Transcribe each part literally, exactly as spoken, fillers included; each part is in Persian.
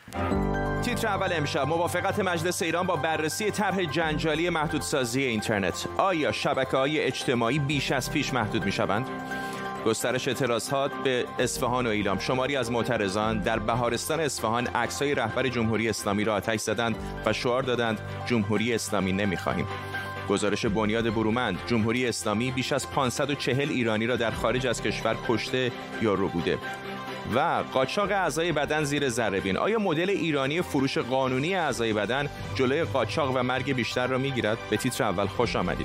تیتر اول امشب: موافقت مجلس ایران با بررسی طرح جنجالی محدودسازی اینترنت. آیا شبکه‌های اجتماعی بیش از پیش محدود می‌شوند؟ گسترش اعتراضات به اصفهان و ایلام. شماری از معترضان در بهارستان اصفهان عکس‌های رهبر جمهوری اسلامی را آتش زدند و شعار دادند جمهوری اسلامی نمی‌خواهیم. گزارش بنیاد برومند: جمهوری اسلامی بیش از پانصد و چهل ایرانی را در خارج از کشور کشته یا ربوده. و قاچاق اعضای بدن زیر ذره‌بین. آیا مدل ایرانی فروش قانونی اعضای بدن جلوی قاچاق و مرگ بیشتر را میگیرد؟ به تیتر اول خوش آمدید.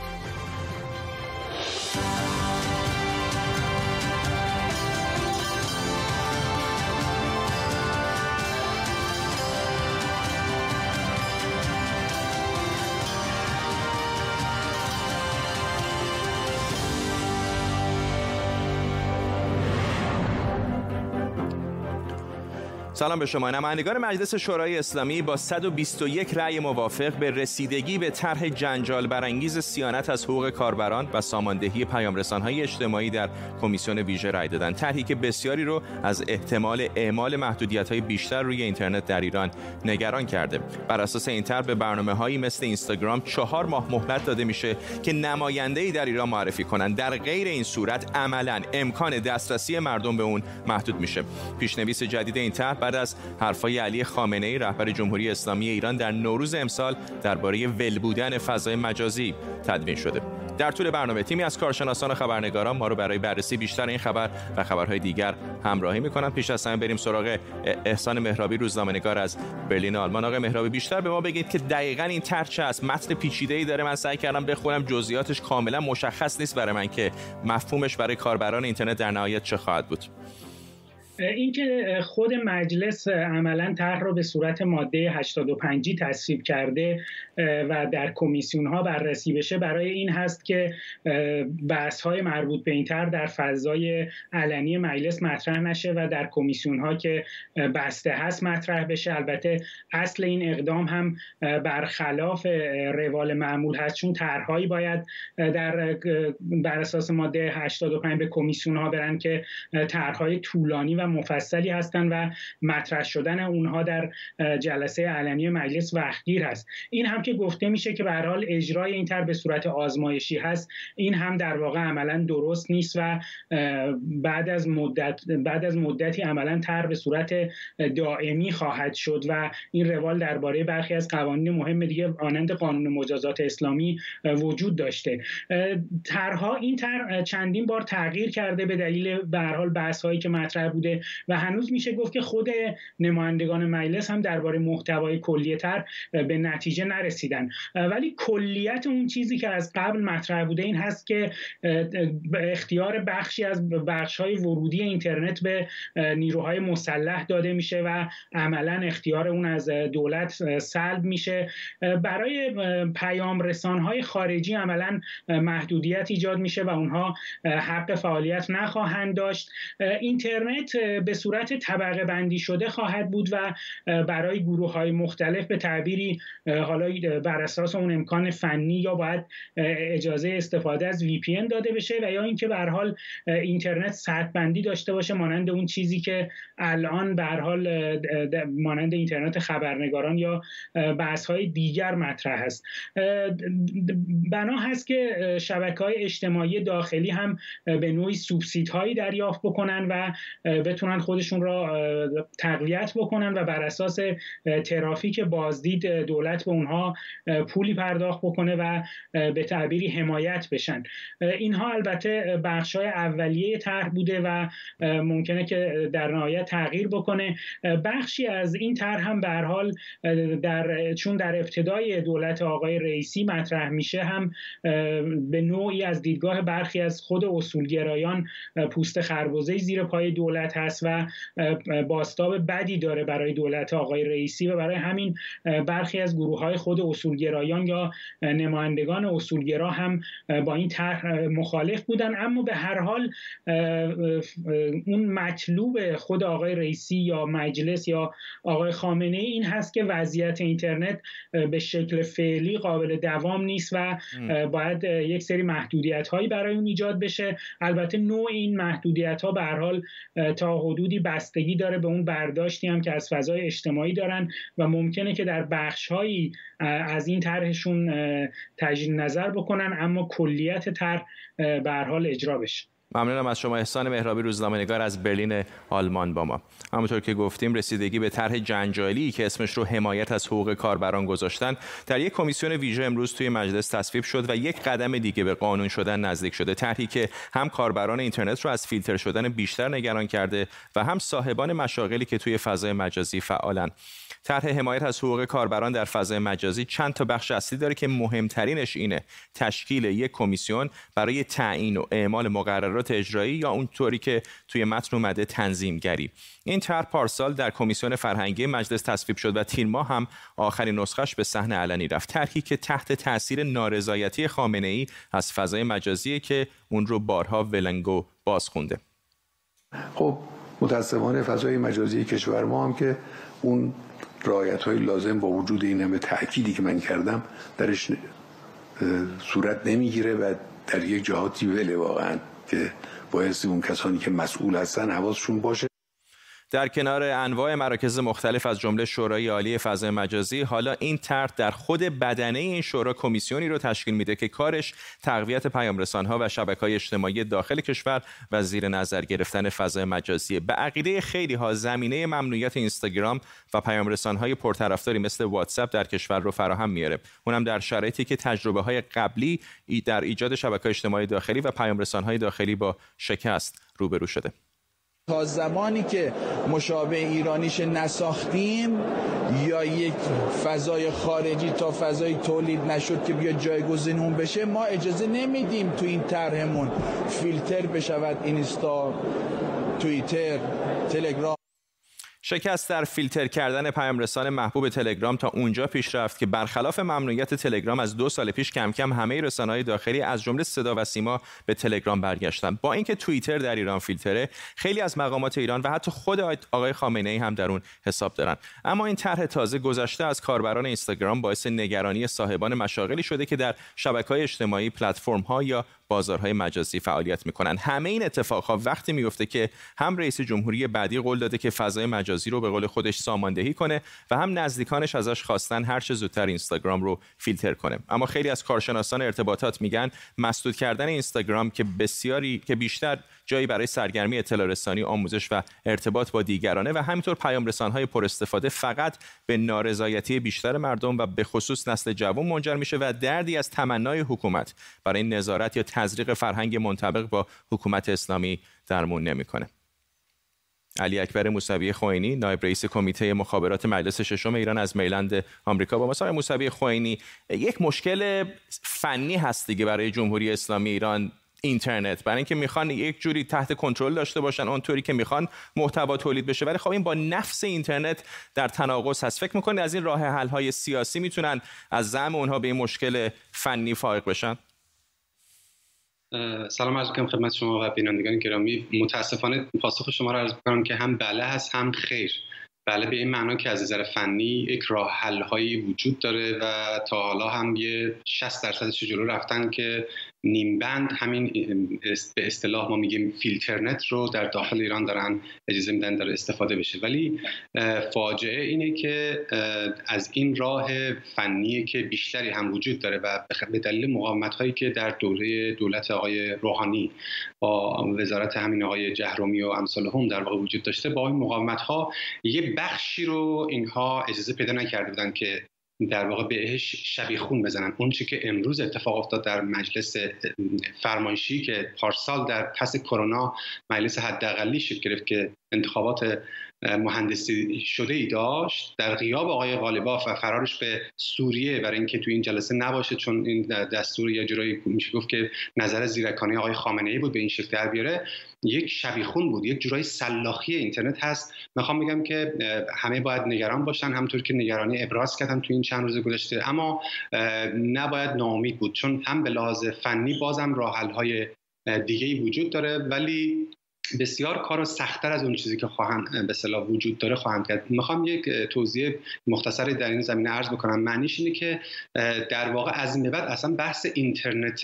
سلام به شما. نمایندگان مجلس شورای اسلامی با صد و بیست و یک رأی موافق به رسیدگی به طرح جنجال برانگیز صیانت از حقوق کاربران و ساماندهی پیام‌رسان‌های اجتماعی در کمیسیون ویژه رأی دادند. طرحی که بسیاری رو از احتمال اعمال محدودیت‌های بیشتر روی اینترنت در ایران نگران کرده. بر اساس این طرح به برنامه‌هایی مثل اینستاگرام چهار ماه مهلت داده میشه که نماینده‌ای در ایران معرفی کنند. در غیر این صورت عملاً امکان دسترسی مردم به اون محدود میشه. پیشنویس جدید این طرح بعد از حرفای علی خامنه‌ای رهبر جمهوری اسلامی ایران در نوروز امسال درباره ول بودن فضای مجازی تدوین شده. در طول برنامه تیمی از کارشناسان و خبرنگاران ما رو برای بررسی بیشتر این خبر و خبرهای دیگر همراهی می‌کنند. پیش از همه بریم سراغ احسان مهرابی، روزنامه‌نگار از برلین آلمان. آقای مهرابی، بیشتر به ما بگید که دقیقاً این طرح چه است؟ متن پیچیده‌ای داره، من سعی کردم بخونم، جزئیاتش کاملا مشخص نیست برای من که مفهومش برای کاربران اینترنت در نهایت چه خواهد بود. اینکه خود مجلس عملاً طرح رو به صورت ماده هشتاد و پنج تصویب کرده و در کمیسیون ها بررسی بشه برای این هست که بحث های مربوط به این طرح در فضای علنی مجلس مطرح نشه و در کمیسیون ها که بسته هست مطرح بشه. البته اصل این اقدام هم برخلاف روال معمول هست، چون طرحهایی باید در بر اساس ماده هشتاد و پنج به کمیسیون ها برن که طرحهای طولانی و مفصلی هستند و مطرح شدن اونها در جلسه علنی مجلس وقتگیر هست. این هم که گفته میشه که به هر حال اجرای این طرح به صورت آزمایشی هست، این هم در واقع عملا درست نیست و بعد از مدت بعد از مدتی عملا طرح به صورت دائمی خواهد شد و این روال درباره برخی از قوانین مهم دیگه مانند قانون مجازات اسلامی وجود داشته. طرحها این طرح چندین بار تغییر کرده به دلیل به هر حال بحث‌هایی که مطرح بوده و هنوز میشه گفت که خود نمایندگان مجلس هم درباره محتوای کلی طرح به نتیجه نرسیدن. ولی کلیت اون چیزی که از قبل مطرح بوده این هست که اختیار بخشی از بخش‌های ورودی اینترنت به نیروهای مسلح داده میشه و عملاً اختیار اون از دولت سلب میشه. برای پیام رسان‌های خارجی عملاً محدودیت ایجاد میشه و اونها حق فعالیت نخواهند داشت. اینترنت به صورت طبقه بندی شده خواهد بود و برای گروه‌های مختلف به تعبیری حالا بر اساس اون امکان فنی یا باید اجازه استفاده از وی پی ان داده بشه و یا اینکه به هر حال اینترنت سطح بندی داشته باشه مانند اون چیزی که الان به هر حال مانند اینترنت خبرنگاران یا بحث‌های دیگر مطرح است. بنا هست که شبکه‌های اجتماعی داخلی هم به نوعی سوبسیدهایی دریافت بکنن و بتونن خودشون را تقویت بکنن و بر اساس ترافیک بازدید دولت به اونها پولی پرداخت بکنه و به تعبیری حمایت بشن. اینها البته بخشای اولیه طرح بوده و ممکنه که در نهایت تغییر بکنه. بخشی از این طرح هم به هر حال در چون در ابتدای دولت آقای رئیسی مطرح میشه هم به نوعی از دیدگاه برخی از خود اصولگرایان پوست خربزه‌ای زیر پای دولت هست و بازتاب بدی داره برای دولت آقای رئیسی و برای همین برخی از گروه‌های خود اصولگرایان یا نمایندگان اصولگرا هم با این طرح مخالف بودن. اما به هر حال اون مطلوب خود آقای رئیسی یا مجلس یا آقای خامنه‌ای این هست که وضعیت اینترنت به شکل فعلی قابل دوام نیست و باید یک سری محدودیت‌هایی برای اون ایجاد بشه. البته نوع این محدودیت‌ها به هر حال تا تا حدودی بستگی داره به اون برداشتی هم که از فضای اجتماعی دارن و ممکنه که در بخش‌هایی از این طرحشون تجدید نظر بکنن، اما کلیت طرح به هر حال اجرا بشه. ممنونم از شما احسان مهرابی، روزنامه‌نگار از برلین آلمان با ما. همونطور که گفتیم رسیدگی به طرح جنجالی که اسمش رو حمایت از حقوق کاربران گذاشتن در یک کمیسیون ویژه امروز توی مجلس تصویب شد و یک قدم دیگه به قانون شدن نزدیک شده. طرحی که هم کاربران اینترنت رو از فیلتر شدن بیشتر نگران کرده و هم صاحبان مشاغلی که توی فضای مجازی فعالن. طرح حمایت از حقوق کاربران در فضای مجازی چند تا بخش اصلی داره که مهمترینش اینه تشکیل یک کمیسیون برای تعیین و اعمال مقررات اجرایی یا اونطوری که توی متن اومده تنظیمگری. این طرح پارسال در کمیسیون فرهنگی مجلس تصویب شد و تیر ماه هم آخرین نسخش به صحنه علنی رفت. طرحی که تحت تاثیر نارضایتی خامنه‌ای از فضای مجازی که اون رو بارها ولنگو باز خونده. خب متاسفانه فضای مجازی کشور ما هم که اون رعایت‌های لازم با وجود این همه تأکیدی که من کردم درش صورت نمیگیره و در یک جهاتی وله واقعا که باید اون کسانی که مسئول هستن حواسشون باشه. در کنار انواع مراکز مختلف از جمله شورای عالی فضای مجازی، حالا این طرح در خود بدنه این شورا کمیسیونی رو تشکیل میده که کارش تقویت پیام‌رسان‌ها و شبکه‌های اجتماعی داخل کشور و زیر نظر گرفتن فضای مجازی. به عقیده خیلی‌ها زمینه ممنوعیت اینستاگرام و پیام‌رسان‌های پرطرفداری مثل واتساپ در کشور رو فراهم میاره، اونم در شرایطی که تجربه‌های قبلی در ایجاد شبکه‌های اجتماعی داخلی و پیام‌رسان‌های داخلی با شکست روبرو شده. تا زمانی که مشابه ایرانیش نساختیم یا یک فضای خارجی تا فضای تولید نشد که بیا جایگزین اون بشه، ما اجازه نمیدیم تو این طرحمون فیلتر بشود اینستا، توییتر، تلگرام. شکست در فیلتر کردن پیام‌رسان محبوب تلگرام تا اونجا پیش رفت که برخلاف ممنوعیت تلگرام از دو سال پیش کم کم همه رسانه‌های داخلی از جمله صدا و سیما به تلگرام برگشتن. با اینکه توییتر در ایران فیلتره، خیلی از مقامات ایران و حتی خود آقای خامنه‌ای هم در اون حساب دارن. اما این طرح تازه گذشته از کاربران اینستاگرام باعث نگرانی صاحبان مشاغلی شده که در شبکه‌های اجتماعی، پلتفرم‌ها یا بازارهای مجازی فعالیت میکنن. همه این اتفاقها وقتی میفته که هم رئیس جمهوری بعدی قول داده که فضای مجازی رو به قول خودش ساماندهی کنه و هم نزدیکانش ازش خواستن هر چه زودتر اینستاگرام رو فیلتر کنه. اما خیلی از کارشناسان ارتباطات میگن مسدود کردن اینستاگرام که بسیاری که بیشتر جایی برای سرگرمی اطلاع رسانی، آموزش و ارتباط با دیگرانه و همینطور پیام رسان‌های پر استفاده فقط به نارضایتی بیشتر مردم و به خصوص نسل جوان منجر میشه و دردی از تمنای حکومت برای نظارت یا تزریق فرهنگ منطبق با حکومت اسلامی درمون نمیکنه. علی اکبر موسوی خوئینی، نایب رئیس کمیته مخابرات مجلس ششم ایران از میلند آمریکا با ما. آقای موسوی خوئینی، یک مشکل فنی هست دیگه برای جمهوری اسلامی ایران اینترنت، برای اینکه میخوان یک جوری تحت کنترل داشته باشن اونطوری که میخوان محتوا تولید بشه، ولی خب این با نفس اینترنت در تناقض هست. فکر میکنید از این راه حل های سیاسی میتونن از زعم اونها به این مشکل فنی فائق بشن؟ سلام عرض می‌کنم خدمت شما و بینندگان گرامی. متاسفانه پاسخ شما را عرض می‌کنم که هم بله هست هم خیر. بله به این معنا که از نظر فنی یک راه حل هایی وجود داره و تا حالا هم یه شصت درصدش جلو رفتن که نیم بند همین به اصطلاح ما میگیم فیلترنت رو در داخل ایران دارن اجازه میدن در استفاده بشه. ولی فاجعه اینه که از این راه فنی که بیشتری هم وجود داره و به دلیل مقاومت هایی که در دوره دولت آقای روحانی با وزارت همین آقای جهرومی و امثال هم در واقع وجود داشته، با این مقاومت ها یه بخشی رو اینها اجازه پیدا نکرده بودن که در واقع بهش شبیخون بزنن. اون چی که امروز اتفاق افتاد در مجلس فرمایشی که پارسال در پس کرونا مجلس حداقلی شکل گرفت که انتخابات مهندسی شده ای داشت، در غیاب آقای غالباف و فرارش به سوریه برای اینکه تو این جلسه نباشه، چون این دستور یا جورایی میشه گفت که نظر زیرکانه آقای خامنه‌ای بود به این شکل در بیاره، یک شبیخون بود، یک جورایی سلاخی اینترنت هست. میخوام بگم که همه باید نگران باشن، همونطور که نگرانی ابراز کردم تو این چند روز گذشته، اما نباید ناامید بود، چون هم به لحاظ فنی بازم راه حل‌های دیگه‌ای وجود داره، ولی بسیار کار و سخت‌تر از اون چیزی که خواهند به اصطلاح وجود داره خواهند کرد. میخوام یک توضیح مختصری در این زمینه عرض بکنم. معنیش اینه که در واقع از این به بعد اصلا بحث اینترنت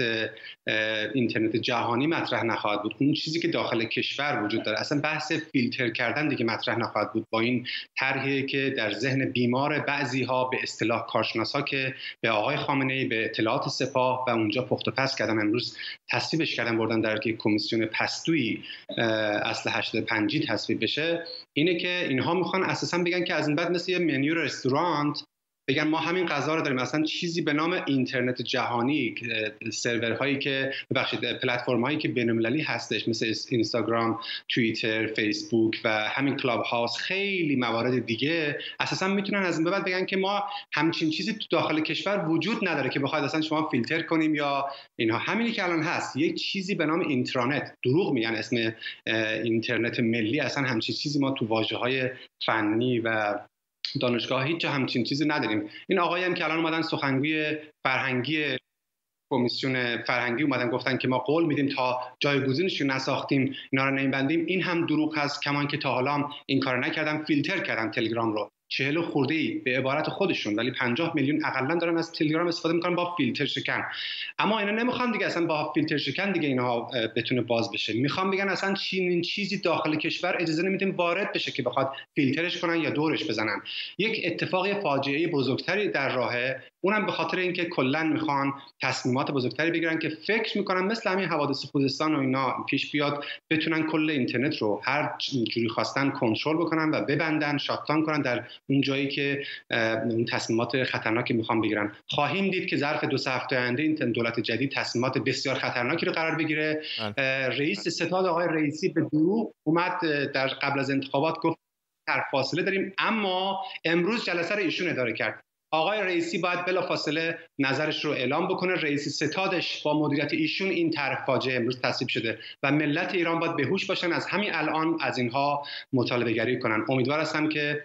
اینترنت جهانی مطرح نخواهد بود. اون چیزی که داخل کشور وجود داره اصلا بحث فیلتر کردن دیگه مطرح نخواهد بود. با این طرحی که در ذهن بیمار بعضی‌ها به اصطلاح کارشناس‌ها که به آقای خامنه‌ای به اطلاعات سپاه و اونجا پخت و پس کردن، امروز تصویبش کردن بردن در یک کمیسیون پستویی اصل هشتاد و پنج تصویب بشه، اینه که اینها میخوان اساسا بگن که از این بعد مثل یه منیو رستوران بگن ما همین غذا رو داریم. اصلا چیزی به نام اینترنت جهانی، سرورهایی که ببخشید پلتفرم هایی که بین‌المللی هستش مثل اینستاگرام، توییتر، فیسبوک و همین کلاب هاوس، خیلی موارد دیگه، اساسا میتونن از این بعد بگن که ما همچین چیزی تو داخل کشور وجود نداره که بخواید اصلا شما فیلتر کنیم یا اینها. همینی که الان هست یک چیزی به نام اینترنت، دروغ میگن اسم اینترنت ملی، اصلا همچین چیزی ما تو واژه‌های فنی و دانشگاه هیچ همچین چیزی نداریم. این آقایی هم که الان اومدن سخنگوی فرهنگی کمیسیون فرهنگی اومدن گفتن که ما قول میدیم تا جایگزینش رو نساختیم اینا رو نمیبندیم، این هم دروغ هست. کمان که تا حالا این کار نکردن، فیلتر کردن تلگرام رو، چهل خورده‌ای به عبارت خودشون، ولی پنجاه میلیون حداقل دارن از تلگرام استفاده میکنن با فیلتر شکن. اما اینا نمیخوان دیگه اصلا با فیلتر شکن دیگه اینها بتونه باز بشه. میخوان بگن اصلا چین چیزی داخل کشور اجازه نمیدیم وارد بشه که بخواد فیلترش کنن یا دورش بزنن. یک اتفاق فاجعه بزرگتری در راهه، اونم به خاطر اینکه کلا میخوان تصمیمات بزرگتری بگیرن که فکر میکنن مثل همین حوادث خوزستان و اینا پیش بیاد بتونن کل اینترنت رو هر جوری خواستن کنترل بکنن و ببندن، شاتداون کنن در اون جایی که اون تصمیمات خطرناکی میخوان بگیرن. خواهیم دید که ظرف دو سه هفته آینده این دولت جدید تصمیمات بسیار خطرناکی رو قرار بگیره. رئیس ستاد آقای رئیسی به دروغ اومد در قبل از انتخابات گفت در فاصله داریم، اما امروز جلسه رو ایشون اداره کرد. آقای رئیسی باید بلافاصله نظرش رو اعلام بکنه. رئیس ستادش با مدیریت ایشون این طرح فاجعه امروز تصویب شده و ملت ایران باید بهوش باشن، از همین الان از اینها مطالبه گری کنن. امیدوار هستم که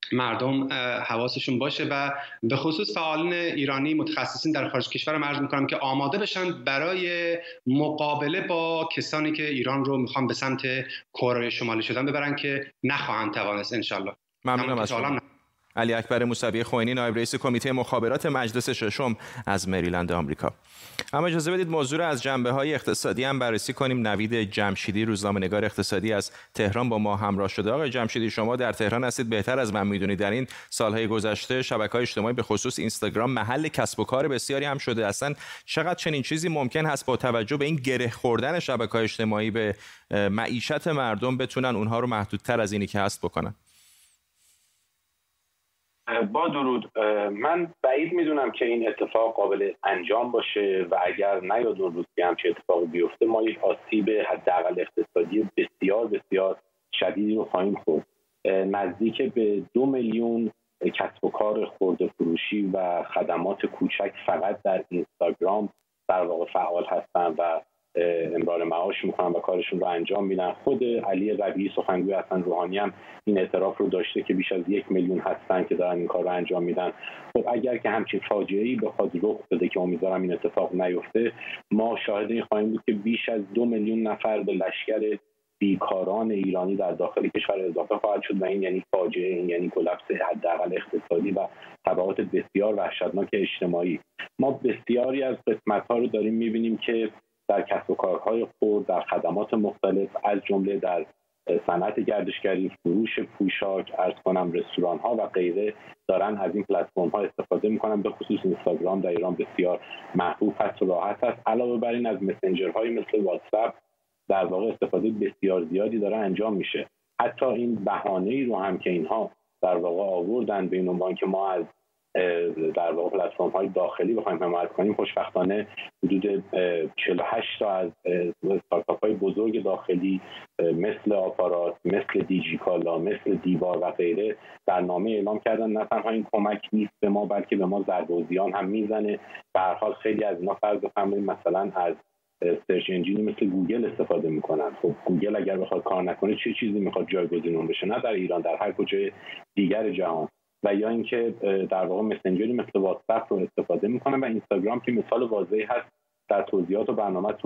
مردم حواسشون باشه و به خصوص فعالین ایرانی متخصصین در خارج کشور رو عرض می‌کنم که آماده بشن برای مقابله با کسانی که ایران رو میخوان به سمت کره شمالی شدن ببرن که نخواهند توانست ان شاء الله. ممنونم از شما. علی اکبر موسوی خوئینی، نایب رئیس کمیته مخابرات مجلس ششم از مریلند آمریکا. اما اجازه بدید موضوع را از جنبه‌های اقتصادی هم بررسی کنیم. نوید جمشیدی، روزنامه‌نگار اقتصادی از تهران با ما همراه شده. آقای جمشیدی، شما در تهران هستید، بهتر از من می‌دونید در این سال‌های گذشته شبکه‌های اجتماعی به خصوص اینستاگرام محل کسب و کار بسیاری هم شده. اصلا چقدر چنین چیزی ممکن هست با توجه به این گره خوردن شبکه‌های اجتماعی به معیشت مردم بتونن اونها رو محدودتر از اینی که هست بکنن؟ با درود، من بعید میدونم که این اتفاق قابل انجام باشه و اگر نیاد اون روز که همچین اتفاقی بیفته ما یک آسیب حداقل اقتصادی بسیار بسیار شدیدی رو خواهیم خورد. نزدیک به دو میلیون کسب و کار خرده فروشی و خدمات کوچک فقط در اینستاگرام در واقع فعال هستن و امرار معاش میکنن و کارشون رو انجام میدن. خود علی ربیعی سخنگوی حسن روحانی هم این اعتراف رو داشته که بیش از یک میلیون هستن که دارن این کار رو انجام میدن. خب اگر که همچین فاجعه‌ای بخواد رخ بده که امیدوارم این اتفاق نیفته، ما شاهد این خواهیم بود که بیش از دو میلیون نفر به لشکر بیکاران ایرانی در داخل کشور اضافه خواهد شد و این یعنی فاجعه، این یعنی کلاپس حداقل اقتصادی و تبعات بسیار وحشتناک اجتماعی. ما بسیاری از قسمت‌ها رو داریم می‌بینیم که در کسب و کارهای خرد، در خدمات مختلف از جمله در صنعت گردشگری، فروش پوشاک، عرض کنم رستوران‌ها و غیره دارن از این پلتفرم‌ها استفاده می‌کنن. به خصوص اینستاگرام در ایران بسیار محبوب هست و راحت است. علاوه بر این از مسنجرهای مثل واتساپ در واقع استفاده بسیار زیادی داره انجام میشه. حتی این بهانه‌ای رو هم که اینها در واقع آوردن به این عنوان که ما از در واقع پلتفرم‌های داخلی بخوایم حمایت کنیم، خوشبختانه حدود چهل و هشت تا از استارتاپ‌های بزرگ داخلی مثل آپارات، مثل دیجیکالا، مثل دیوار و غیره در نامه اعلام کردن نه تنها این کمک نیست به ما بلکه به ما ضربه و زیان هم میزنه. به هر حال خیلی از اینا فرض بفرمایید مثلا از سرچ انجینی مثل گوگل استفاده میکنن. خب گوگل اگر بخواد کار نکنه چه چیزی میخواد جایگزین اون بشه؟ نه در ایران، در هر کجای دیگر جهان. و یا اینکه در واقع مسنجری مثل واتساپ رو استفاده میکنن و اینستاگرام که مثال واضحی هست در توضیحات و برنامه‌تون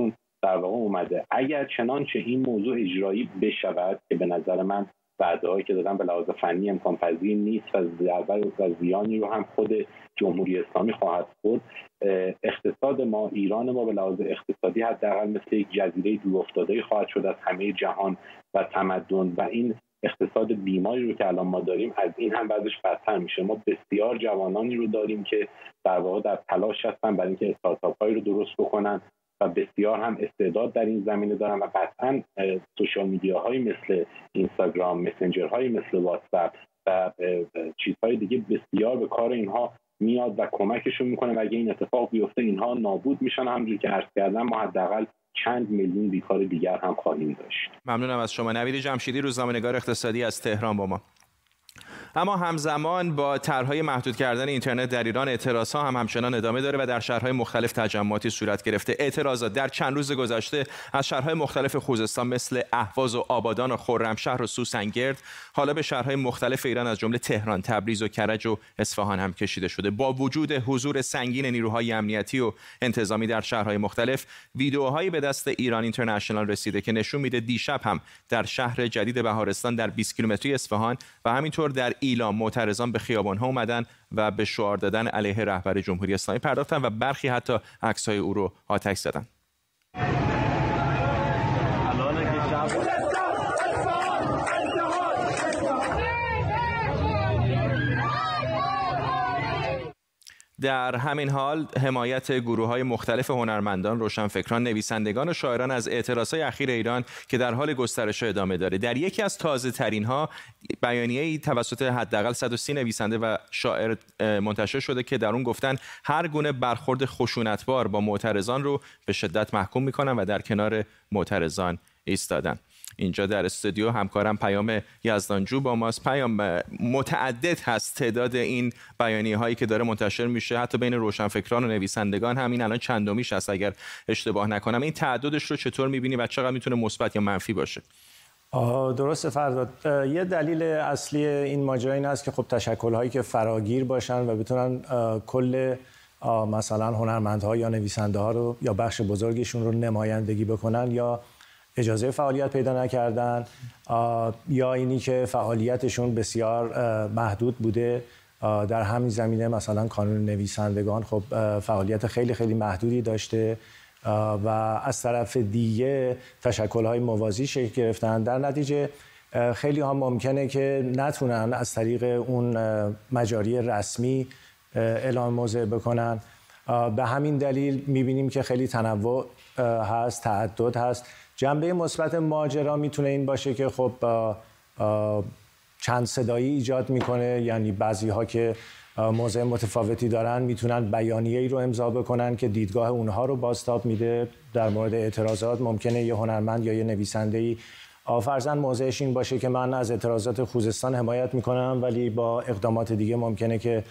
در واقع اومده. اگر چنانچه این موضوع اجرایی بشود که به نظر من وعده‌هایی که دادن به لحاظ فنی امکان پذیر نیست و ضرر و زیانی رو هم خود جمهوری اسلامی خواهد خورد، اقتصاد ما، ایران ما به لحاظ اقتصادی حداقل مثل یک جزیره دورافتاده خواهد شد از همه جهان و تمدن، و این اقتصاد بیماری رو که الان ما داریم از این هم بعدش بدتر میشه. ما بسیار جوانانی رو داریم که در واقع در تلاش هستن برای اینکه استارتاپ‌هایی رو درست بکنن و بسیار هم استعداد در این زمینه دارن و قطعاً سوشال میدیاهایی مثل اینستاگرام، مسنجرهایی مثل واتساپ و چیزهای دیگه بسیار به کار اینها میاد و کمکشون میکنه و اگه این اتفاق بیفته اینها نابود میشن. همونجوری که عرض کردم ما حداقل چند میلیون بیکار دیگر هم خواهیم داشت. ممنونم از شما. نوید جمشیدی، روزنامه‌نگار اقتصادی از تهران با ما. اما همزمان با طرح‌های محدود کردن اینترنت در ایران، اعتراضها هم همچنان ادامه داره و در شهرهای مختلف تجمعاتی صورت گرفته. اعتراضات در چند روز گذشته از شهرهای مختلف خوزستان مثل اهواز و آبادان و خرمشهر و سوسنگرد حالا به شهرهای مختلف ایران از جمله تهران، تبریز و کرج و اصفهان هم کشیده شده. با وجود حضور سنگین نیروهای امنیتی و انتظامی در شهرهای مختلف، ویدئوهایی به دست ایران اینترنشنال رسیده که نشون میده دیشب هم در شهر جدید بهارستان در بیست کیلومتری اصفهان و همینطور در ایلام معترضان به خیابان‌ها اومدن و به شعار دادن علیه رهبر جمهوری اسلامی پرداختن و برخی حتی عکس‌های او رو آتش زدن. در همین حال حمایت گروه‌های مختلف هنرمندان، روشنفکران، نویسندگان و شاعران از اعتراضات اخیر ایران که در حال گسترش ادامه داره. در یکی از تازه‌ترین‌ها بیانیه‌ای توسط حداقل صد و سی نویسنده و شاعر منتشر شده که در اون گفتن هر گونه برخورد خشونتبار با معترضان رو به شدت محکوم می‌کنن و در کنار معترضان ایستادن. اینجا در استودیو همکارم پیام یزدانجو با ماست. پیام، متعدد هست تعداد این بیانیه هایی که داره منتشر میشه، حتی بین روشنفکران و نویسندگان همین الان چندمیش هست اگر اشتباه نکنم. این تعددش رو چطور میبینی و چقدر میتونه مثبت یا منفی باشه؟ درسته فرداد. یه دلیل اصلی این ماجرا این است که خب تشکل هایی که فراگیر باشن و بتونن کل مثلا هنرمندها یا نویسنده ها رو یا بخش بزرگشون رو نمایندگی بکنن یا اجازه فعالیت پیدا نکردن یا اینی که فعالیتشون بسیار محدود بوده. در همین زمینه مثلا کانون نویسندگان خب فعالیت خیلی خیلی محدودی داشته و از طرف دیگه تشکل‌های موازی شکل گرفتن. در نتیجه خیلی ها ممکنه که نتونن از طریق اون مجاری رسمی اعلام موضع بکنن. به همین دلیل می‌بینیم که خیلی تنوع هست، تعدد هست. جنبه مثبت ماجرا میتونه این باشه که خب چند صدایی ایجاد میکنه، یعنی بعضی ها که موضع متفاوتی دارن میتونن بیانیه‌ای رو امضا بکنن که دیدگاه اونها رو بازتاب میده. در مورد اعتراضات ممکنه یه هنرمند یا یه نویسنده‌ای فرضاً موضعش این باشه که من از اعتراضات خوزستان حمایت میکنم ولی با اقدامات دیگه ممکنه که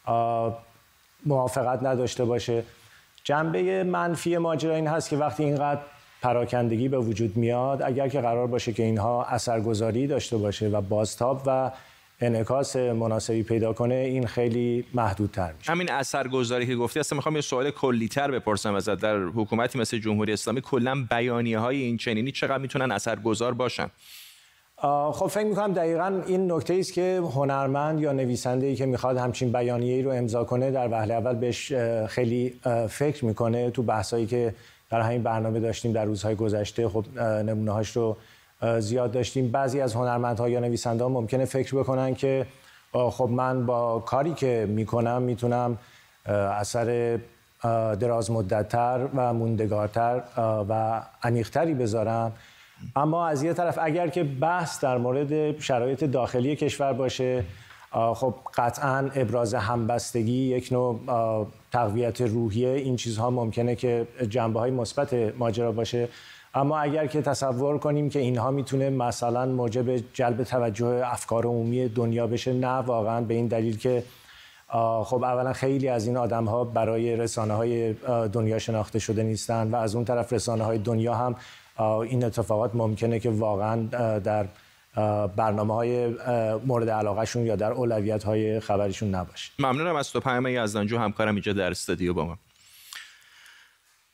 موافقت نداشته باشه. جنبه منفی ماجرا این هست که وقتی اینقدر پراکندگی به وجود میاد، اگر که قرار باشه که اینها اثرگذاری داشته باشه و بازتاب و انعکاس مناسبی پیدا کنه، این خیلی محدودتر میشه. همین اثرگذاری که گفتی، اصلا میخوام یه سوال کلی‌تر بپرسم ازت. در حکومتی مثل جمهوری اسلامی کلا بیانیه‌های این چنینی چقدر میتونن اثرگذار باشن؟ خب فکر میکنم دقیقاً این نکته است که هنرمند یا نویسنده‌ای که میخواد همچین بیانیه‌ای رو امضا کنه در وهله اول بهش خیلی فکر میکنه. تو بحثایی که در همین برنامه داشتیم در روزهای گذشته خب نمونه‌هاش رو زیاد داشتیم. بعضی از هنرمندها یا نویسنده‌ها ممکنه فکر بکنن که خب من با کاری که میکنم میتونم اثر دراز مدت‌تر و موندگارتر و عمیق‌تری بذارم. اما از یه طرف اگر که بحث در مورد شرایط داخلی کشور باشه، خب قطعاً ابراز همبستگی، یک نوع تقویت روحیه، این چیزها ممکنه که جنبه‌های مثبت ماجرا باشه. اما اگر که تصور کنیم که اینها میتونه مثلا موجب جلب توجه افکار عمومی دنیا بشه، نه واقعاً، به این دلیل که خب اولا خیلی از این آدم‌ها برای رسانه‌های دنیا شناخته شده نیستن و از اون طرف رسانه‌های دنیا هم این اتفاقات ممکنه که واقعاً در برنامه‌های مورد علاقه‌شون یا در اولویت‌های خبریشون نباشه. ممنونم از تو پیام یزدانجو، همکارم اینجا در استودیو با ما.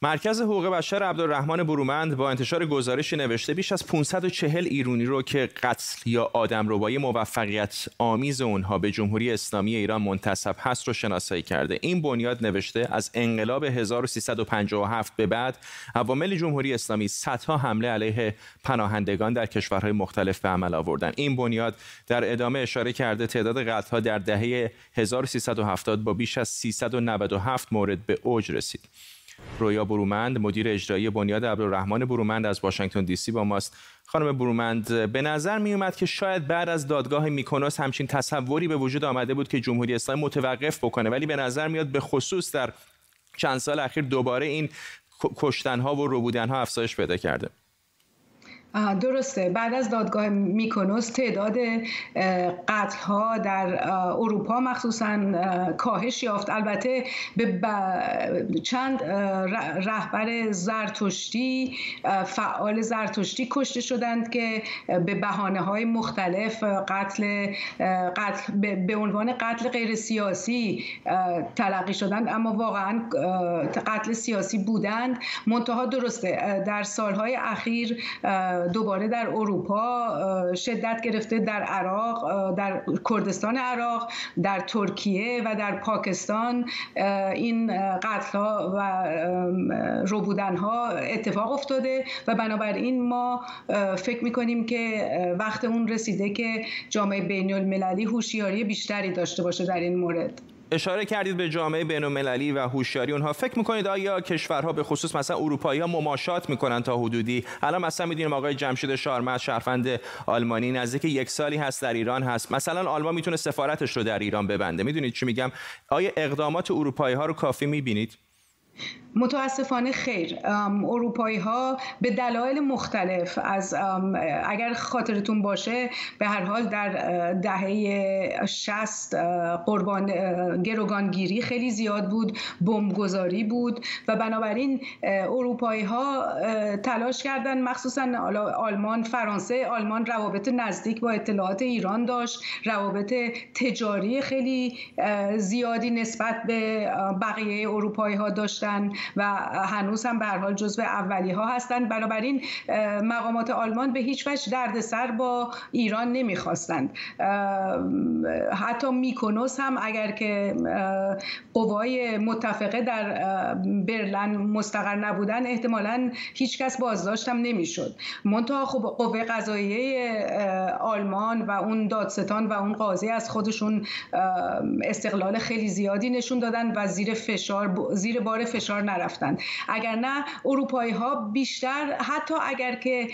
مرکز حقوق بشر عبدالرحمن برومند با انتشار گزارشی نوشته بیش از پانصد و چهل ایرانی رو که قتل یا آدمربایی موفقیت آمیز اونها به جمهوری اسلامی ایران منتسب هست رو شناسایی کرده. این بنیاد نوشته از انقلاب هزار و سیصد و پنجاه و هفت به بعد عوامل جمهوری اسلامی صدها حمله علیه پناهندگان در کشورهای مختلف به عمل آوردن. این بنیاد در ادامه اشاره کرده تعداد قتل‌ها در دهه هزار و سیصد و هفتاد با بیش از سیصد و نود و هفت مورد به اوج رسید. رویا برومند مدیر اجرایی بنیاد عبدالرحمن برومند از واشنگتن دی سی با ماست. خانم برومند، به نظر می اومد که شاید بعد از دادگاه میکنوس همچین تصوری به وجود آمده بود که جمهوری اسلامی متوقف بکنه، ولی به نظر میاد به خصوص در چند سال اخیر دوباره این کشتن‌ها و ربودن‌ها افزایش پیدا کرده. درسته، بعد از دادگاه میکنوس تعداد قتل ها در اروپا مخصوصا کاهش یافت. البته به چند رهبر زرتشتی، فعال زرتشتی کشته شدند که به بهانه های مختلف قتل قتل به عنوان قتل غیر سیاسی تلقی شدند، اما واقعا قتل سیاسی بودند. منتها درسته در سالهای اخیر دوباره در اروپا شدت گرفته، در عراق، در کردستان عراق، در ترکیه و در پاکستان این قتل‌ها و ربودن‌ها اتفاق افتاده و بنابراین ما فکر می‌کنیم که وقت اون رسیده که جامعه بین‌المللی هوشیاری بیشتری داشته باشه در این مورد. اشاره کردید به جامعه بین‌المللی و هوشیاری اونها. فکر میکنید آیا کشورها به خصوص مثلا اروپایی‌ها مماشات میکنن تا حدودی؟ الان مثلا میدونیم آقای جمشید شارمز شهروند آلمانی نزدیک یک سالی هست در ایران هست، مثلا آلمان میتونه سفارتش رو در ایران ببنده. میدونید چی میگم؟ آیا اقدامات اروپایی‌ها رو کافی میبینید؟ متاسفانه خیر. اروپایی ها به دلایل مختلف، از اگر خاطرتون باشه به هر حال در دهه شصت قربان گروگانگیری خیلی زیاد بود، بمبگذاری بود و بنابراین اروپایی ها تلاش کردن، مخصوصا آلمان، فرانسه. آلمان روابط نزدیک با اطلاعات ایران داشت، روابط تجاری خیلی زیادی نسبت به بقیه اروپایی ها داشتن و هنوز هم به هر حال جزو اولی ها هستند. بنابراین مقامات آلمان به هیچ وجه دردسر با ایران نمیخواستند. حتی میکنوس هم اگر که قوای متفقه در برلین مستقر نبودن احتمالاً هیچ کس بازداشت هم نمیشد. منتها خب قوه قضاییه آلمان و اون دادستان و اون قاضی از خودشون استقلال خیلی زیادی نشون دادن و زیر فشار زیر بار فشار نرفتند. اگر نه اروپایی ها بیشتر، حتی اگر که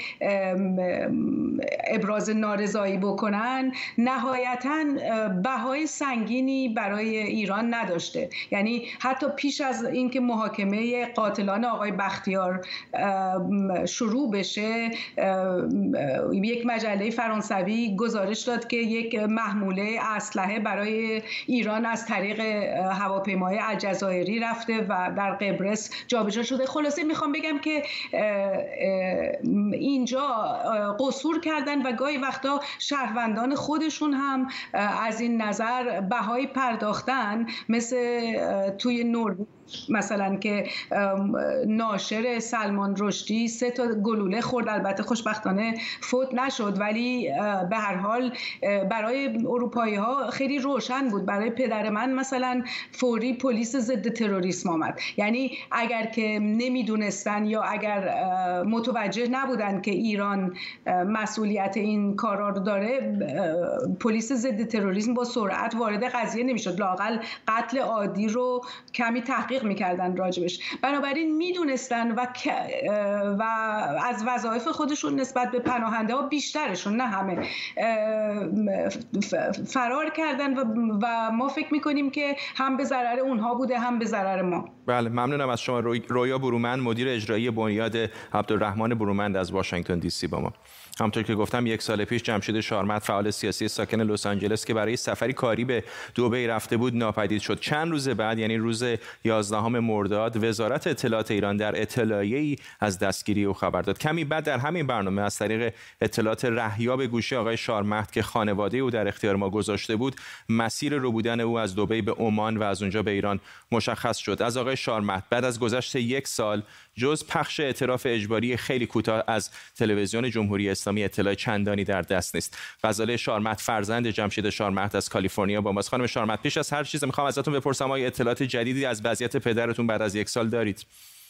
ابراز نارضایی بکنن، نهایتاً بهای سنگینی برای ایران نداشته. یعنی حتی پیش از اینکه محاکمه قاتلان آقای بختیار شروع بشه، یک مجله فرانسوی گزارش داد که یک محموله اسلحه برای ایران از طریق هواپیمای الجزایری رفته و در قبرس جابجا شده. خلاصه میخوام بگم که اینجا قصور کردن و گاهی وقتا شهروندان خودشون هم از این نظر بهای پرداختن، مثل توی نروژ مثلا که ناشر سلمان رشدی سه تا گلوله خورد، البته خوشبختانه فوت نشد، ولی به هر حال برای اروپایی ها خیلی روشن بود. برای پدر من مثلا فوری پلیس ضد تروریسم آمد. یعنی اگر که نمیدونستن یا اگر متوجه نبودن که ایران مسئولیت این کارا رو داره، پلیس ضد تروریسم با سرعت وارد قضیه نمیشد، لااقل قتل عادی رو کمی تحقیق میکردن راجبش. بنابراین میدونستن و و از وظایف خودشون نسبت به پناهنده ها بیشترشون، نه همه، فرار کردن و, و ما فکر میکنیم که هم به ضرر اونها بوده هم به ضرر ما. بله، ممنونم از شما. رویا برومند مدیر اجرایی بنیاد عبدالرحمن برومند از واشنگتن دی سی با ما. همونطور که گفتم یک سال پیش جمشید شارمت فعال سیاسی ساکن لس آنجلس که برای سفری کاری به دبی رفته بود ناپدید شد. چند روز بعد، یعنی روز یازدهم مرداد، وزارت اطلاعات ایران در اطلاعیه‌ای از دستگیری او خبر داد. کمی بعد در همین برنامه از طریق اطلاعات رهیاب گوشی آقای شارمت که خانواده او در اختیار ما گذاشته بود، مسیر ربودن او از دبی به عمان و از اونجا به ایران مشخص شد. از آقای شارمت بعد از گذشت یک سال جز پخش اعتراف اجباری خیلی کوتاه از تلویزیون جمهوری اسلامی اطلاع چندانی در دست نیست. غزاله شارمت فرزند جمشید شارمت از کالیفرنیا با ماست. خانم شارمت، پیش از هر چیز میخوام ازتون بپرسم آیا اطلاعات جدیدی از وضعیت پدرتون بعد از یک سال دارید؟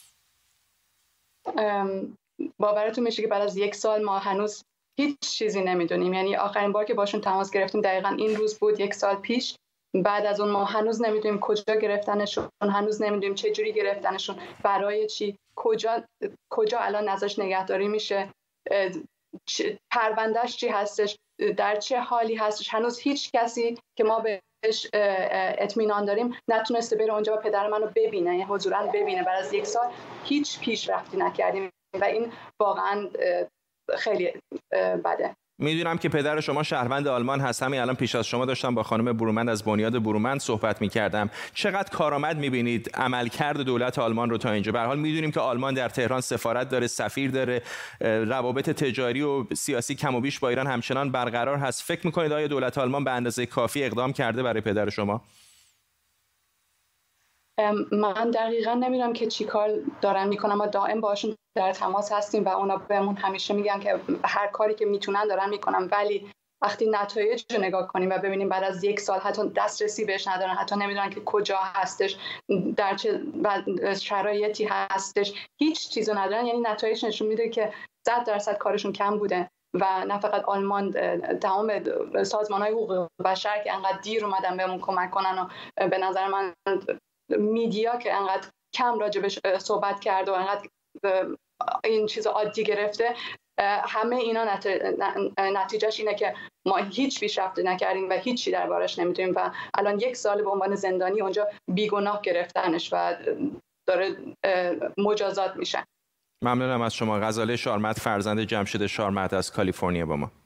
باورتون میشه که بعد از یک سال ما هنوز هیچ چیزی نمیدونیم. یعنی آخرین بار که باشون تماس گرفتیم دقیقاً این روز بود، یک سال پیش. بعد از اون ما هنوز نمیدونیم کجا گرفتنشون، هنوز نمیدونیم چه جوری گرفتنشون، برای چی، کجا کجا الان ازش نگهداری میشه، پروندهش چی هستش، در چه حالی هستش. هنوز هیچ کسی که ما بهش اطمینان داریم نتونسته بره اونجا و پدر منو ببینه، یعنی حضوراً ببینه. بعد از یک سال هیچ پیشرفتی نکردیم و این واقعاً خیلی بده. میدونم که پدر شما شهروند آلمان هست. همین الان پیش از شما داشتم با خانم برومند از بنیاد برومند صحبت می‌کردم. چقدر کارآمد می‌بینید عملکرد دولت آلمان رو تا اینجا؟ به هر حال می‌دونیم که آلمان در تهران سفارت داره، سفیر داره، روابط تجاری و سیاسی کم و بیش با ایران همچنان برقرار هست. فکر می‌کنید آیا دولت آلمان به اندازه کافی اقدام کرده برای پدر شما؟ من دقیقاً نمیدونم که چی کار دارن میکنن. ما دائم باشون در تماس هستیم و اونا بهمون همیشه میگن که هر کاری که میتونن دارن میکنن، ولی وقتی نتایج رو نگاه کنیم و ببینیم بعد از یک سال حتی دسترسی بهش ندارن، حتی نمیدونن که کجا هستش، در چه شرایطی هستش، هیچ چیزو ندارن، یعنی نتایج نشون میده که صد درصد کارشون کم بوده. و نه فقط آلمان، تمام سازمان‌های حقوق بشر که انقدر دیر اومدن بهمون کمک کنن و به نظر من میدیا که انقدر کم راجبش صحبت کرد و انقدر این چیز عادی گرفته، همه اینا نتیجهش اینه که ما هیچ پیشرفتی نکردیم و هیچی دربارش نمیدونیم و الان یک سال به عنوان زندانی اونجا بیگناه گرفتنش و داره مجازات میشه. ممنونم از شما. غزاله شارمت فرزند جمشید شارمت از کالیفرنیا با ما.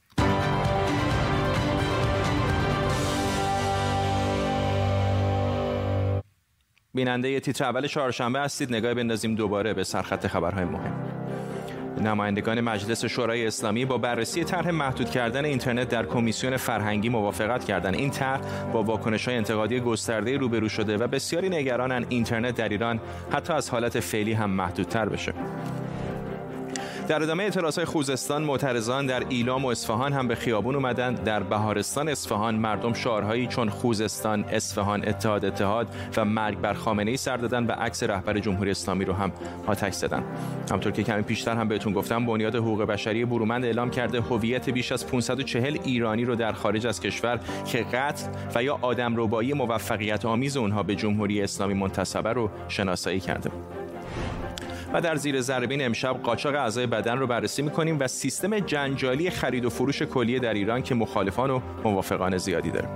بیننده تیتر اول چهارشنبه هستید. نگاه بندازیم دوباره به سرخط خبرهای مهم. نمایندگان مجلس شورای اسلامی با بررسی طرح محدود کردن اینترنت در کمیسیون فرهنگی موافقت کردند. این طرح با واکنش‌های انتقادی گسترده روبرو شده و بسیاری نگرانند اینترنت در ایران حتی از حالت فعلی هم محدودتر بشه. در ادامه اعتراضهای خوزستان، معترضان در ایلام و اصفهان هم به خیابون اومدند. در بهارستان اصفهان مردم شعارهایی چون خوزستان، اصفهان، اتحاد اتحاد و مرگ بر خامنه‌ای سر دادن و عکس رهبر جمهوری اسلامی رو هم آتش زدن. همونطور که کمی پیشتر هم بهتون گفتم، بنیاد حقوق بشری برومند اعلام کرده هویت بیش از پانصد و چهل ایرانی رو در خارج از کشور که قتل و یا آدمربایی موفقیت آمیز اونها به جمهوری اسلامی منتسبه رو شناسایی کرده. و در زیر ذره‌بین امشب قاچاق اعضای بدن رو بررسی می‌کنیم و سیستم جنجالی خرید و فروش کلیه در ایران که مخالفان و موافقان زیادی داره.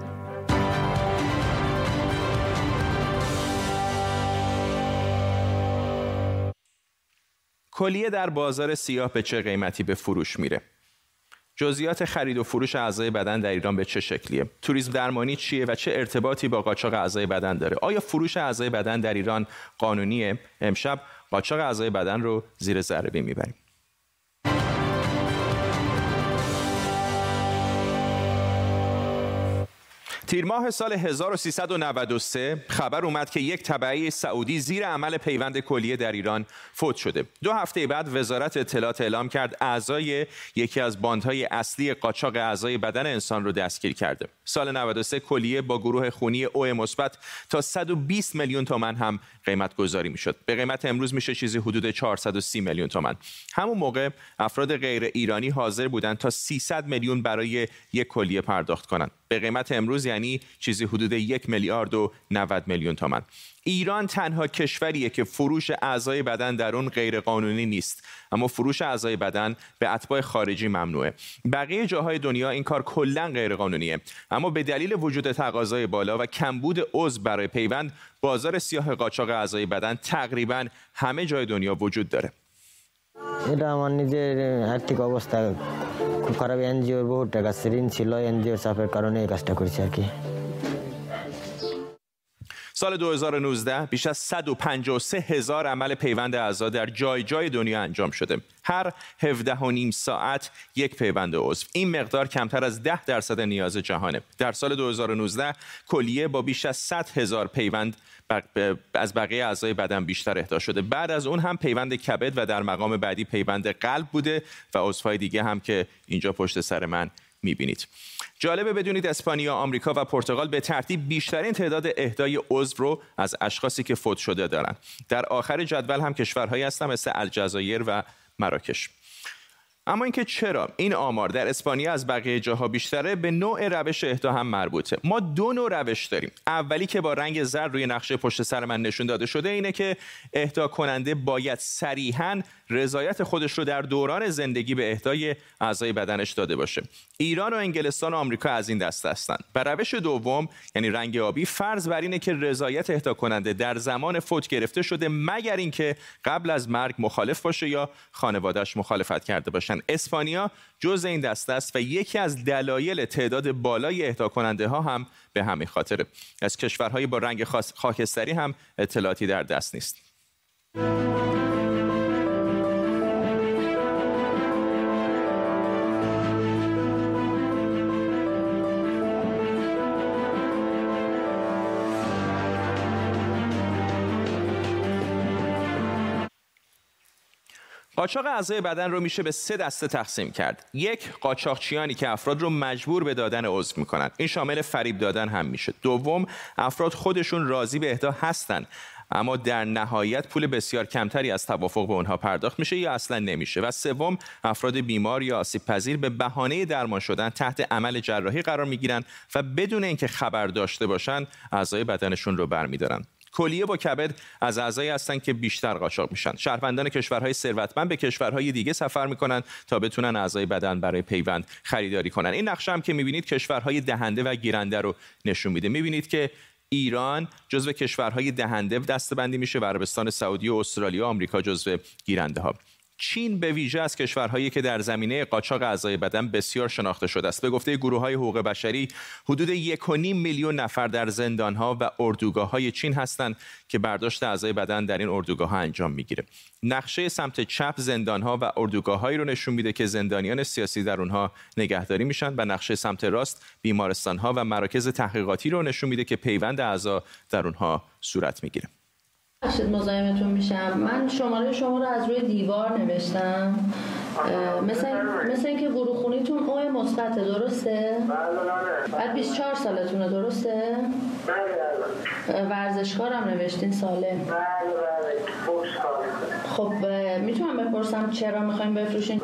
کلیه در بازار سیاه به چه قیمتی به فروش میره؟ جزئیات خرید و فروش اعضای بدن در ایران به چه شکلیه؟ توریسم درمانی چیه و چه ارتباطی با قاچاق اعضای بدن داره؟ آیا فروش اعضای بدن در ایران قانونیه؟ امشب قاچاق اعضای بدن رو زیر ذره‌بین میبریم. تیر ماه سال هزار و سیصد و نود و سه خبر اومد که یک تبعی سعودی زیر عمل پیوند کلیه در ایران فوت شده. دو هفته بعد وزارت اطلاعات اعلام کرد اعضای یکی از باندهای اصلی قاچاق اعضای بدن انسان رو دستگیر کرده. سال نود و سه کلیه با گروه خونی او مثبت تا صد و بیست میلیون تومان هم قیمت گذاری میشد. به قیمت امروز میشه چیزی حدود چهارصد و سی میلیون تومان. همون موقع افراد غیر ایرانی حاضر بودند تا سیصد میلیون برای یک کلیه پرداخت کنند. به قیمت امروز یعنی چیزی حدود یک میلیارد و نود میلیون تومان. ایران تنها کشوریه که فروش اعضای بدن در اون غیر قانونی نیست، اما فروش اعضای بدن به اتباع خارجی ممنوعه. بقیه جاهای دنیا این کار کلاً غیر قانونیه، اما به دلیل وجود تقاضای بالا و کمبود عضو برای پیوند، بازار سیاه قاچاق اعضای بدن تقریباً همه جای دنیا وجود داره. এটা আমার নিজের আর্থিক অবস্থা খুব খারাপ, এনজিওর বহু টাকা ঋণ ছিল, এনজিওর চাপের কারণে এই কাজটা করেছি আর কি। سال دو هزار و نوزده بیش از صد و پنجاه و سه هزار عمل پیوند اعضا در جای جای دنیا انجام شده. هر هفده و نیم ساعت یک پیوند عضو. این مقدار کمتر از ده درصد نیاز جهانه. در سال دو هزار و نوزده کلیه با بیش از صد هزار پیوند از بقیه اعضای بدن بیشتر اهدا شده. بعد از اون هم پیوند کبد و در مقام بعدی پیوند قلب بوده و عضوهای دیگه هم که اینجا پشت سر من می‌بینید. جالبه بدونید اسپانیا، آمریکا و پرتغال به ترتیب بیشترین تعداد اهدای عضو رو از اشخاصی که فوت شده دارن. در آخر جدول هم کشورهایی هستن مثل الجزایر و مراکش. اما اینکه چرا این آمار در اسپانیا از بقیه جاها بیشتره به نوع روش اهدا هم مربوطه. ما دو نوع روش داریم. اولی که با رنگ زرد روی نقشه پشت سر من نشون داده شده اینه که اهدا کننده باید صریحاً رضایت خودش رو در دوران زندگی به اهدای اعضای بدنش داده باشه. ایران و انگلستان و آمریکا از این دسته هستند. و روش دوم یعنی رنگ آبی فرض بر اینه که رضایت اهدا کننده در زمان فوت گرفته شده مگر اینکه قبل از مرگ مخالف باشه یا خانواده‌اش مخالفت کرده باشن. اسپانیا جزء این دسته است و یکی از دلایل تعداد بالای اهدا کننده ها هم به همین خاطره. از کشورهای با رنگ خاکستری هم اطلاعاتی در دست نیست. قاچاق اعضای بدن رو میشه به سه دسته تقسیم کرد. یک، قاچاقچیانی که افراد رو مجبور به دادن عضو میکنن. این شامل فریب دادن هم میشه. دوم، افراد خودشون راضی به اهدا هستن اما در نهایت پول بسیار کمتری از توافق به اونها پرداخت میشه یا اصلا نمیشه. و سوم، افراد بیمار یا آسیب پذیر به بهانه درمان شدن تحت عمل جراحی قرار میگیرن و بدون اینکه خبر داشته باشن اعضای بدنشون رو برمیدارن. کلیه با کبد از اعضایی هستند که بیشتر قاچاق میشن. شهروندان کشورهای ثروتمند به کشورهای دیگه سفر میکنن تا بتونن اعضای بدن برای پیوند خریداری کنن. این نقشه هم که میبینید کشورهای دهنده و گیرنده رو نشون میده. میبینید که ایران جزو کشورهای دهنده دسته‌بندی میشه و عربستان سعودی و استرالیا و آمریکا جزو گیرنده ها. چین به ویژه از کشورهایی که در زمینه قاچاق اعضای بدن بسیار شناخته شده است. به گفته گروه‌های حقوق بشری حدود یک و نیم میلیون نفر در زندان‌ها و اردوگاه‌های چین هستند که برداشت اعضای بدن در این اردوگاه‌ها انجام می‌گیره. نقشه سمت چپ زندان‌ها و اردوگاه‌هایی رو نشون میده که زندانیان سیاسی در اونها نگهداری میشن و نقشه سمت راست بیمارستان‌ها و مراکز تحقیقاتی رو نشون میده که پیوند اعضا در اونها صورت می‌گیره. بخشید مزاحمتون میشم. من شماره شما رو از روی دیوار نوشتم. مثل مثل اینکه گروه خونیتون او مثبت، درسته؟ بعد بیست و چهار سالتونه، درسته؟ ورزشکارم نوشتین، سالم. خب میتونم بپرسم چرا میخوایم بفروشین؟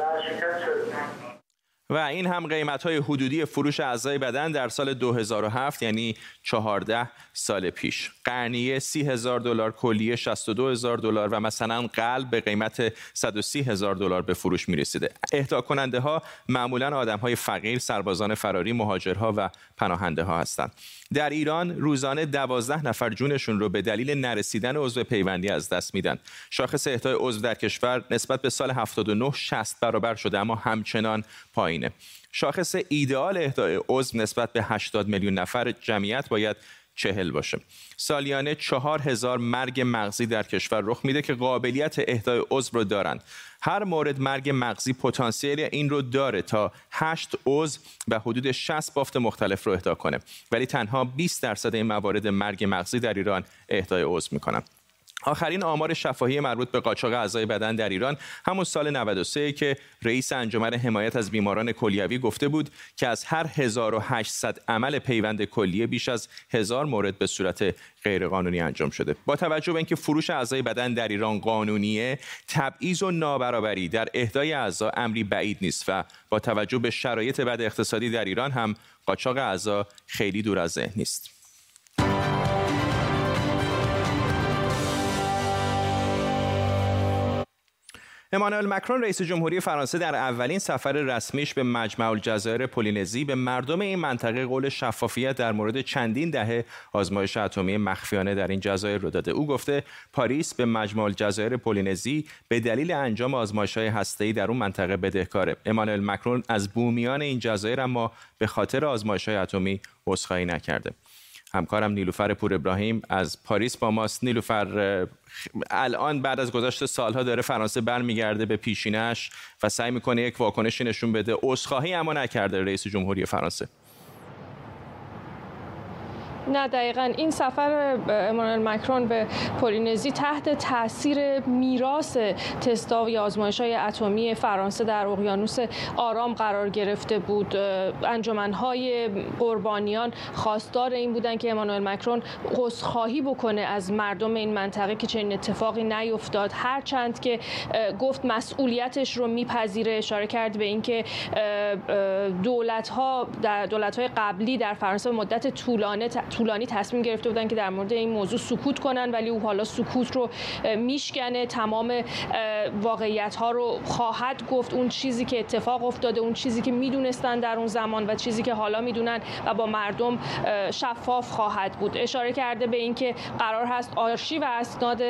و این هم قیمت‌های حدودی فروش اعضای بدن در سال دو هزار و هفت یعنی چهارده سال پیش. قرنیه سی هزار دلار، کلیه شصت و دو هزار دلار و مثلا قلب به قیمت صد و سی هزار دلار به فروش می‌رسیده. اهدا کننده ها معمولاً آدم‌های فقیر، سربازان فراری، مهاجرها و پناهنده ها هستند. در ایران روزانه دوازده نفر جونشون رو به دلیل نرسیدن عضو پیوندی از دست میدن. شاخص اهدای عضو در کشور نسبت به سال هفتاد و نه شصت برابر شده اما همچنان پایینه. شاخص ایدئال اهدای عضو نسبت به هشتاد میلیون نفر جمعیت باید چهل باشه. سالیانه چهار هزار مرگ مغزی در کشور رخ میده که قابلیت اهدای عضو رو دارن. هر مورد مرگ مغزی پتانسیل این رو داره تا هشت عضو و حدود شصت بافت مختلف رو اهدا کنه، ولی تنها بیست درصد این موارد مرگ مغزی در ایران اهدای عضو میکنن. آخرین آمار شفاهی مربوط به قاچاق اعضای بدن در ایران همون سال نود و سه که رئیس انجمن حمایت از بیماران کلیوی گفته بود که از هر هزار و هشتصد عمل پیوند کلیه بیش از هزار مورد به صورت غیرقانونی انجام شده. با توجه به اینکه فروش اعضای بدن در ایران قانونیه، تبعیض و نابرابری در اهدای اعضا امری بعید نیست و با توجه به شرایط بد اقتصادی در ایران هم قاچاق اعضا خیلی دور از ذهن نیست. امانوئل مکرون رئیس جمهوری فرانسه در اولین سفر رسمیش به مجمع الجزایر پولینزی به مردم این منطقه قول شفافیت در مورد چندین دهه آزمایش اتمی مخفیانه در این جزایر رو داده. او گفته پاریس به مجمع الجزایر پولینزی به دلیل انجام آزمایش‌های هسته‌ای در اون منطقه بدهکاره. امانوئل مکرون از بومیان این جزایر اما به خاطر آزمایش‌های اتمی عذرخواهی نکرده. همکارم نیلوفر پور ابراهیم از پاریس با ماست. نیلوفر، الان بعد از گذشت سالها داره فرانسه برمیگرده به پیشینش و سعی میکنه یک واکنشی نشون بده. عذرخواهی اما نکرده رئیس جمهوری فرانسه. نه دقیقاً این سفر امانوئل مکرون به پولینزی تحت تاثیر میراث تست‌ها یا آزمایش‌های اتمی فرانسه در اقیانوس آرام قرار گرفته بود. انجمن‌های قربانیان خواستار این بودن که امانوئل مکرون عذرخواهی بکنه از مردم این منطقه که چنین اتفاقی نیفتاد، هرچند که گفت مسئولیتش رو میپذیره. اشاره کرد به اینکه دولت‌ها در دولت‌های قبلی در فرانسه مدت طولانی طولانی تصمیم گرفته بودن که در مورد این موضوع سکوت کنن، ولی او حالا سکوت رو میشکنه، تمام واقعیت ها رو خواهد گفت، اون چیزی که اتفاق افتاده، اون چیزی که میدونستن در اون زمان و چیزی که حالا میدونن و با مردم شفاف خواهد بود. اشاره کرده به اینکه قرار هست آرشیو اسناد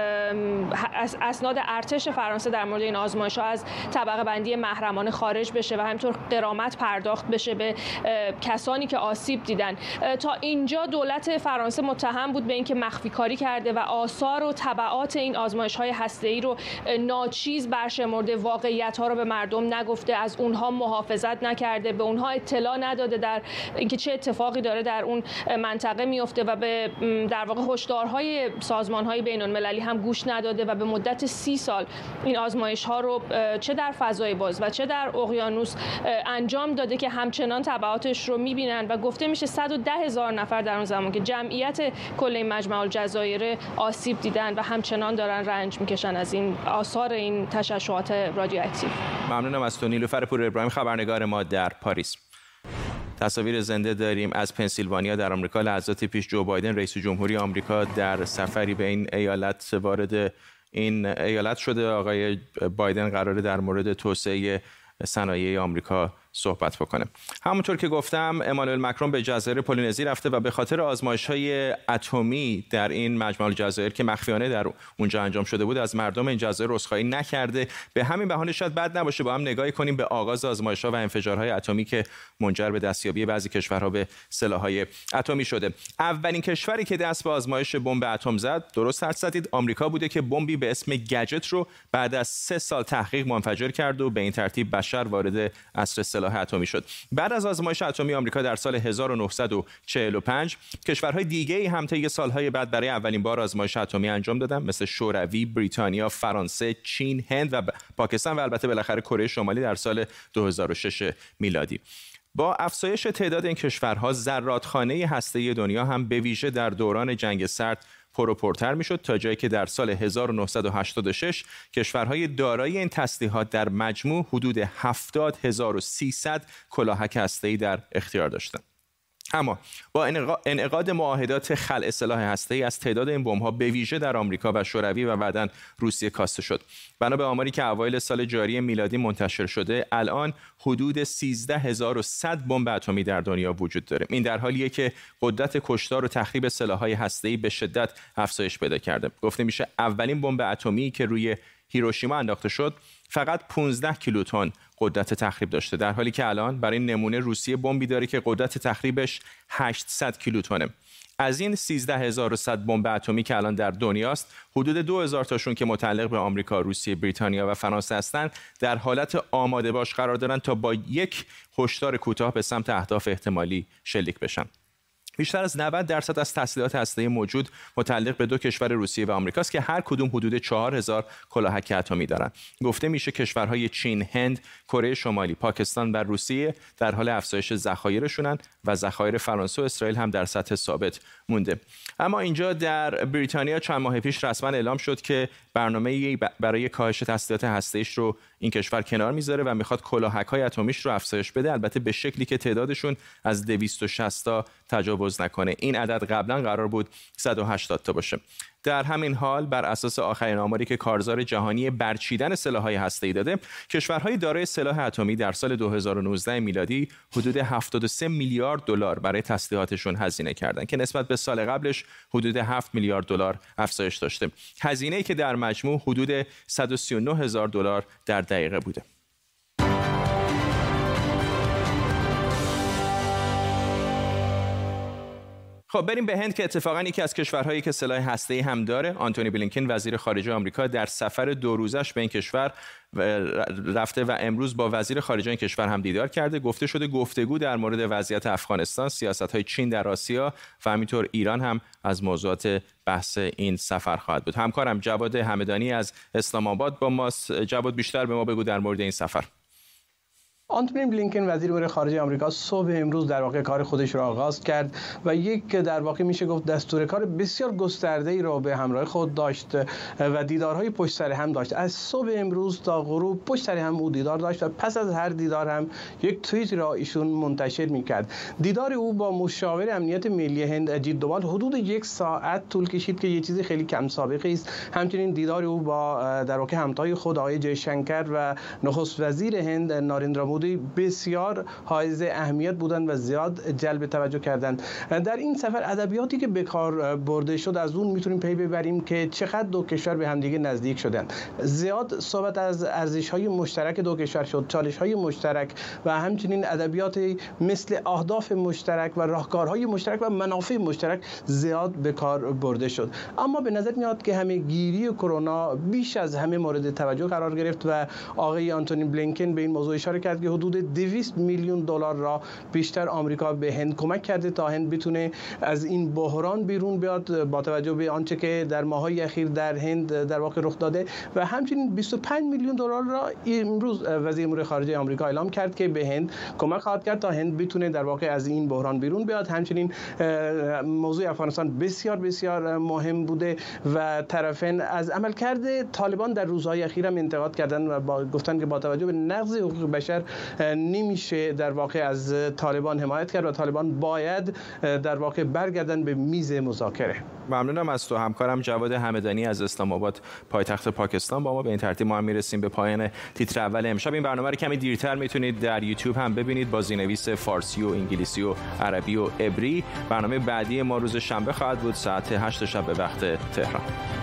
اسناد ارتش فرانسه در مورد این آزمایش‌ها از طبقه بندی محرمانه خارج بشه و همینطور غرامت پرداخت بشه به کسانی که آسیب دیدن. تا اینجا دولت فرانسه متهم بود به اینکه مخفی کاری کرده و آثار و تبعات این آزمایش‌های هسته‌ای رو ناچیز برشمرده، واقعیت‌ها رو به مردم نگفته، از اونها محافظت نکرده، به اونها اطلاع نداده در اینکه چه اتفاقی داره در اون منطقه میفته و به در واقع هشدارهای سازمان‌های بین‌المللی هم گوش نداده و به مدت سی سال این آزمایش‌ها رو چه در فضای باز و چه در اقیانوس انجام داده که همچنان تبعاتش رو می‌بینن و گفته میشه صد و ده هزار نفر در اون زمان که جمعیت کل این مجمع الجزایر آسیب دیدن و همچنان دارن رنج میکشن از این آثار این تشعشعات رادیواکتیو. ممنونم از تو نیلوفر پور ابراهیم، خبرنگار ما در پاریس. تصاویر زنده داریم از پنسیلوانیا در آمریکا. لحظاتی پیش جو بایدن رئیس جمهوری آمریکا در سفری به این ایالت وارد این ایالت شده. آقای بایدن قراره در مورد توسعه صنایع آمریکا صحبت بکنه. همونطور که گفتم امانوئل مکرون به جزایر پولینزی رفته و به خاطر آزمایش‌های اتمی در این مجمع الجزایر که مخفیانه در اونجا انجام شده بود از مردم این جزایر عذرخواهی نکرده. به همین بهانه شاید بد نباشه با هم نگاهی کنیم به آغاز آزمایش‌ها و انفجارهای اتمی که منجر به دستیابی بعضی کشورها به سلاح‌های اتمی شده. اولین کشوری که دست به آزمایش بمب اتم زد، درست حدس زدید، آمریکا بوده که بمبی به اسم گجت رو بعد از سه سال تحقیق منفجر کرد و به این ترتیب بشر وارد عصر سلاح اتمی شد. بعد از آزمایش اتمی آمریکا در سال هزار و نهصد و چهل و پنج کشورهای دیگه‌ای هم طی سالهای بعد برای اولین بار آزمایش اتمی انجام دادن، مثل شوروی، بریتانیا، فرانسه، چین، هند و پاکستان و البته بالاخره کره شمالی در سال دو هزار و شش میلادی. با افزایش تعداد این کشورها، زرادخانه هسته‌ای دنیا هم به ویژه در دوران جنگ سرد پر و پرتر میشد، تا جایی که در سال هزار و نهصد و هشتاد و شش کشورهای دارای این تسلیحات در مجموع حدود هفتاد هزار و سیصد کلاهک هسته‌ای در اختیار داشتند. اما با انعقاد معاهدات خلع سلاح هسته‌ای از تعداد این بمب‌ها به ویژه در آمریکا و شوروی و بعداً روسیه کاسته شد. بنا به آماری که اوایل سال جاری میلادی منتشر شده، الان حدود سیزده هزار و صد بمب اتمی در دنیا وجود داره. این در حالیه که قدرت کشتار و تخریب سلاح‌های هسته‌ای به شدت افزایش پیدا کرده. گفته میشه اولین بمب اتمی که روی هیروشیما انداخته شد فقط پانزده کیلوتن قدرت تخریب داشته، در حالی که الان برای نمونه روسیه بمبی داره که قدرت تخریبش هشتصد کیلوتنه. از این سیزده هزار و صد بمب اتمی که الان در دنیاست، حدود دو هزار تاشون که متعلق به آمریکا، روسیه، بریتانیا و فرانسه هستند، در حالت آماده باش قرار دارن تا با یک هشدار کوتاه به سمت اهداف احتمالی شلیک بشن. بیشتر از نود درصد از تسلیحات هسته‌ای موجود متعلق به دو کشور روسیه و آمریکاست که هر کدوم حدود چهار هزار کلاهک اتمی دارند. گفته میشه کشورهای چین، هند، کره شمالی، پاکستان و روسیه در حال افزایش ذخایرشونن و ذخایر فرانسه و اسرائیل هم در سطح ثابت مونده. اما اینجا در بریتانیا چند ماه پیش رسما اعلام شد که برنامه‌ای برای کاهش تسلیحات هسته‌ایش رو این کشور کنار میذاره و میخواد کلاهک‌های اتمیش رو افزایش بده، البته به شکلی که تعدادشون از دویست و شصت تا تجاوز نکنه. این عدد قبلا قرار بود صد و هشتاد تا باشه. در همین حال بر اساس آخرین آماری که کارزار جهانی برچیدن سلاح‌های هسته‌ای داده، کشورهای دارای سلاح اتمی در سال دو هزار و نوزده میلادی حدود هفتاد و سه میلیارد دلار برای تسلیحاتشون هزینه کردند که نسبت به سال قبلش حدود هفت میلیارد دلار افزایش داشته. هزینه‌ای که در مجموع حدود صد و سی و نه هزار دلار در دقیقه بوده. خب بریم به هند که اتفاقا یکی از کشورهایی که سلاح هسته‌ای هم داره. آنتونی بلینکن وزیر خارجه آمریکا در سفر دو روزش به این کشور رفته و امروز با وزیر خارجه این کشور هم دیدار کرده. گفته شده گفتگو در مورد وضعیت افغانستان، سیاست‌های چین در آسیا و همینطور ایران هم از موضوعات بحث این سفر خواهد بود. همکارم جواد همدانی از اسلام آباد با ماست. جواد بیشتر به ما بگو در مورد این سفر. آنتونی بلینکن وزیر امور خارجه آمریکا صبح امروز در واقع کار خودش را آغاز کرد و یک در واقع میشه گفت دستور کار بسیار گسترده‌ای را به همراه خود داشت و دیدارهای پشت سر هم داشت. از صبح امروز تا غروب پشت سر هم او دیدار داشت و پس از هر دیدار هم یک توییت را ایشون منتشر میکرد. دیدار او با مشاور امنیت ملی هند اجیت دووال حدود یک ساعت طول کشید که یه چیزی خیلی کم سابقه است. همچنین دیدار او با در واقع همتای خود آقای جیشنکر و نخست وزیر هند ناریندرا بسیار حائز اهمیت بودند و زیاد جلب توجه کردند. در این سفر ادبیاتی که به کار برده شد از اون میتونیم پی ببریم که چقدر دو کشور به همدیگه نزدیک شدند. زیاد صحبت از ارزش‌های مشترک دو کشور شد، چالش‌های مشترک و همچنین ادبیات مثل اهداف مشترک و راهکارهای مشترک و منافع مشترک زیاد به کار برده شد. اما به نظر میاد که همه گیری کرونا بیش از همه مورد توجه قرار گرفت و آقای آنتونی بلینکن به این موضوع اشاره کرد که حدود دویست میلیون دلار را بیشتر آمریکا به هند کمک کرده تا هند بتونه از این بحران بیرون بیاد با توجه به آنچه که در ماه‌های اخیر در هند در واقع رخ داده و همچنین بیست و پنج میلیون دلار را امروز وزیر امور خارجه آمریکا اعلام کرد که به هند کمک خواهد کرد تا هند بتونه در واقع از این بحران بیرون بیاد. همچنین موضوع افغانستان بسیار بسیار مهم بوده و طرفین از عملکرد طالبان در روزهای اخیر هم انتقاد کردن و با گفتن که با توجه به نقض حقوق بشر نمیشه در واقع از طالبان حمایت کرد و طالبان باید در واقع برگردن به میز مذاکره. ممنونم از تو همکارم جواد همدانی از اسلام آباد پایتخت پاکستان. با ما به این ترتیب ما هم میرسیم به پایان تیتر اول امشب. این برنامه رو کمی دیرتر میتونید در یوتیوب هم ببینید با زیرنویس فارسی و انگلیسی و عربی و عبری. برنامه بعدی ما روز شنبه خواهد بود ساعت هشت شب به وقت تهران.